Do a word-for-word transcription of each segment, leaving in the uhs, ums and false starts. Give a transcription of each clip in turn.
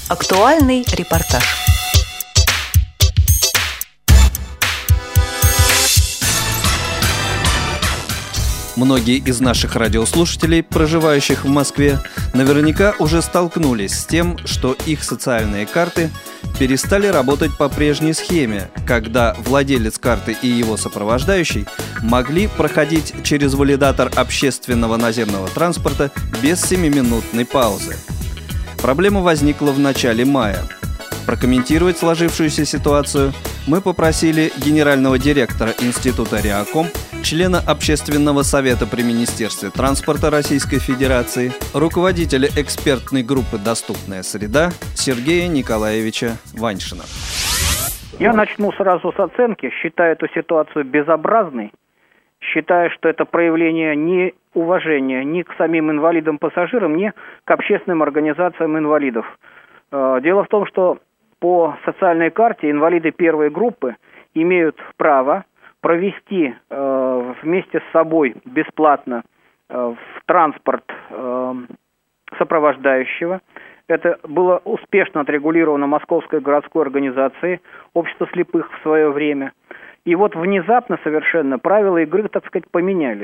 Актуальный репортаж. Многие из наших радиослушателей, проживающих в Москве, наверняка уже столкнулись с тем, что их социальные карты перестали работать по прежней схеме, когда владелец карты и его сопровождающий могли проходить через валидатор общественного наземного транспорта без семиминутной паузы. Проблема возникла в начале мая. Прокомментировать сложившуюся ситуацию мы попросили генерального директора Института Реаком, члена Общественного совета при Министерстве транспорта Российской Федерации, руководителя экспертной группы «Доступная среда» Сергея Николаевича Ваньшина. Я начну сразу с оценки. Считаю эту ситуацию безобразной. Считаю, что это проявление неуважения ни к самим инвалидам-пассажирам, ни к общественным организациям инвалидов. Дело в том, что по социальной карте инвалиды первой группы имеют право провести э, вместе с собой бесплатно э, в транспорт э, сопровождающего. Это было успешно отрегулировано Московской городской организацией Общества слепых в свое время. И вот внезапно совершенно правила игры, так сказать, поменялись.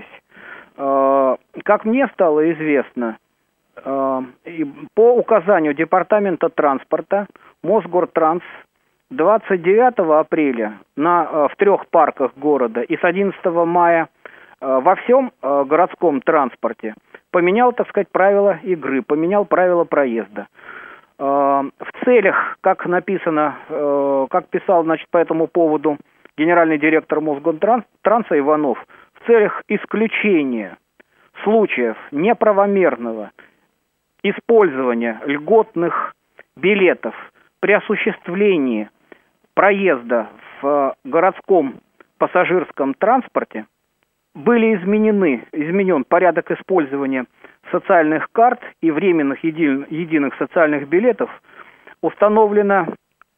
Э, как мне стало известно, э, по указанию Департамента транспорта Мосгортранс двадцать девятого апреля на, в трех парках города и с одиннадцатого мая во всем городском транспорте поменял, так сказать, правила игры, поменял правила проезда. В целях, как написано, как писал, значит, по этому поводу генеральный директор Мосгортранса Иванов, в целях исключения случаев неправомерного использования льготных билетов при осуществлении проезда в городском пассажирском транспорте были изменены, изменен порядок использования социальных карт и временных еди, единых социальных билетов, установлено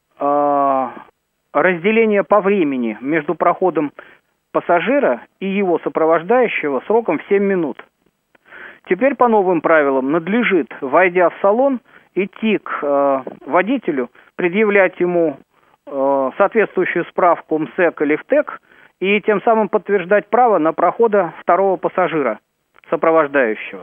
э, разделение по времени между проходом пассажира и его сопровождающего сроком в семь минут. Теперь по новым правилам надлежит, войдя в салон, идти к э, водителю, предъявлять ему э, соответствующую справку МСЭК или ВТЭК и тем самым подтверждать право на прохода второго пассажира, сопровождающего.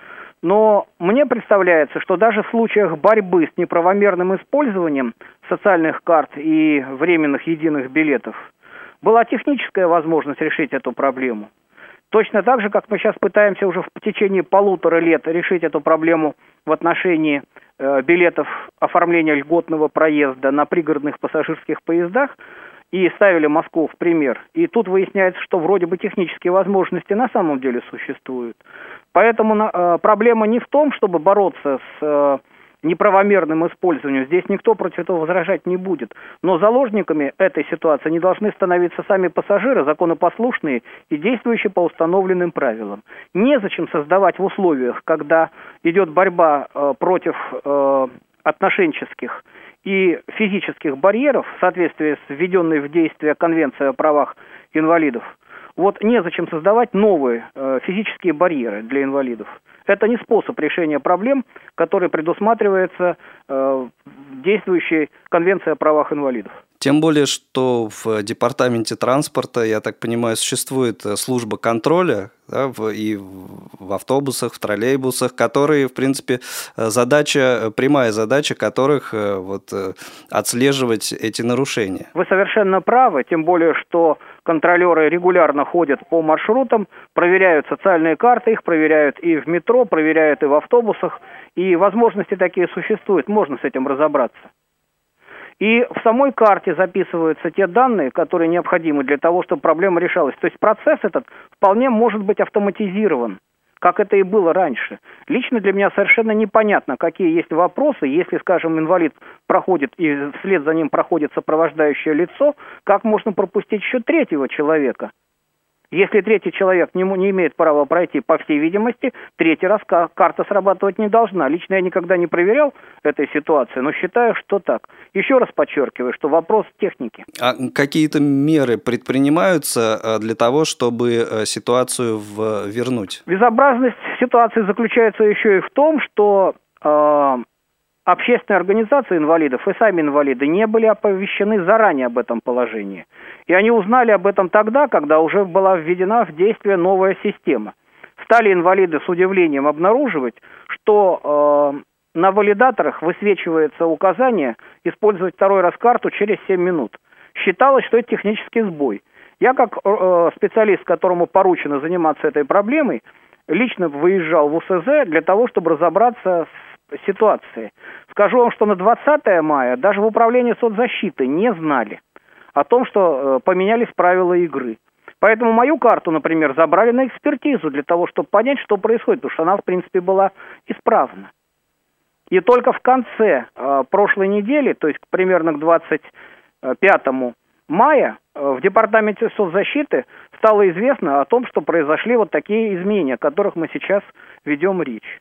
Но мне представляется, что даже в случаях борьбы с неправомерным использованием социальных карт и временных единых билетов была техническая возможность решить эту проблему. Точно так же, как мы сейчас пытаемся уже в течение полутора лет решить эту проблему в отношении э, билетов оформления льготного проезда на пригородных пассажирских поездах и ставили Москву в пример. И тут выясняется, что вроде бы технические возможности на самом деле существуют. Поэтому э, проблема не в том, чтобы бороться с э, неправомерным использованием. Здесь никто против этого возражать не будет. Но заложниками этой ситуации не должны становиться сами пассажиры, законопослушные и действующие по установленным правилам. Незачем создавать в условиях, когда идет борьба э, против э, отношенческих и физических барьеров в соответствии с введенной в действие Конвенцией о правах инвалидов, вот незачем создавать новые э, физические барьеры для инвалидов. Это не способ решения проблем, который предусматривается э, действующей Конвенцией о правах инвалидов. Тем более, что в Департаменте транспорта, я так понимаю, существует служба контроля, да, в, и в автобусах, в троллейбусах, которые, в принципе, задача, прямая задача которых вот, отслеживать эти нарушения. Вы совершенно правы, тем более, что контролеры регулярно ходят по маршрутам, проверяют социальные карты, их проверяют и в метро, проверяют и в автобусах, и возможности такие существуют, можно с этим разобраться. И в самой карте записываются те данные, которые необходимы для того, чтобы проблема решалась. То есть процесс этот вполне может быть автоматизирован, как это и было раньше. Лично для меня совершенно непонятно, какие есть вопросы, если, скажем, инвалид проходит и вслед за ним проходит сопровождающее лицо, как можно пропустить еще третьего человека? Если третий человек не, не имеет права пройти, по всей видимости, третий раз карта срабатывать не должна. Лично я никогда не проверял этой ситуации, но считаю, что так. Еще раз подчеркиваю, что вопрос техники. А какие-то меры предпринимаются для того, чтобы ситуацию вернуть? Безобразность ситуации заключается еще и в том, что э, общественные организации инвалидов и сами инвалиды не были оповещены заранее об этом положении. И они узнали об этом тогда, когда уже была введена в действие новая система. Стали инвалиды с удивлением обнаруживать, что э, на валидаторах высвечивается указание использовать второй раз карту через семь минут. Считалось, что это технический сбой. Я, как э, специалист, которому поручено заниматься этой проблемой, лично выезжал в УСЗ для того, чтобы разобраться с ситуацией. Скажу вам, что на двадцатое мая даже в управлении соцзащиты не знали о том, что э, поменялись правила игры. Поэтому мою карту, например, забрали на экспертизу для того, чтобы понять, что происходит, потому что она, в принципе, была исправна. И только в конце э, прошлой недели, то есть примерно к двадцать пятому мая, э, в департаменте соцзащиты стало известно о том, что произошли вот такие изменения, о которых мы сейчас ведем речь.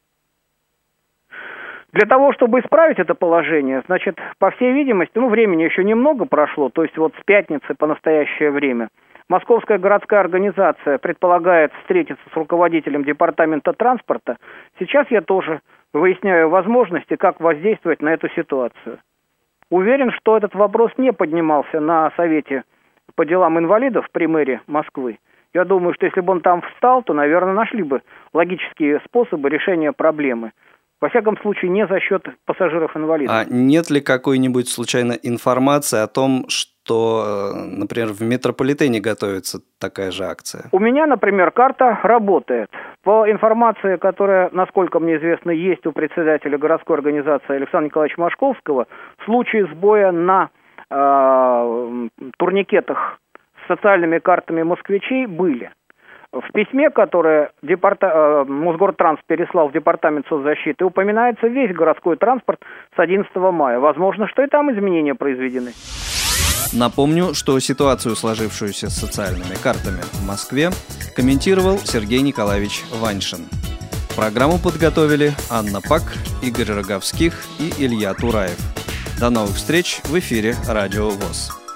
Для того, чтобы исправить это положение, значит, по всей видимости, ну, времени еще немного прошло, то есть вот с пятницы по настоящее время, Московская городская организация предполагает встретиться с руководителем департамента транспорта. Сейчас я тоже выясняю возможности, как воздействовать на эту ситуацию. Уверен, что этот вопрос не поднимался на Совете по делам инвалидов при мэрии Москвы. Я думаю, что если бы он там встал, то, наверное, нашли бы логические способы решения проблемы. Во всяком случае, не за счет пассажиров-инвалидов. А нет ли какой-нибудь случайно информации о том, что, например, в метрополитене готовится такая же акция? У меня, например, карта работает. По информации, которая, насколько мне известно, есть у председателя городской организации Александра Николаевича Машковского, случаи сбоя на э, турникетах с социальными картами москвичей были. В письме, которое департа... э, Мосгортранс переслал в департамент соцзащиты, упоминается весь городской транспорт с одиннадцатого мая. Возможно, что и там изменения произведены. Напомню, что ситуацию, сложившуюся с социальными картами в Москве, комментировал Сергей Николаевич Ваньшин. Программу подготовили Анна Пак, Игорь Роговских и Илья Тураев. До новых встреч в эфире Радио ВОС.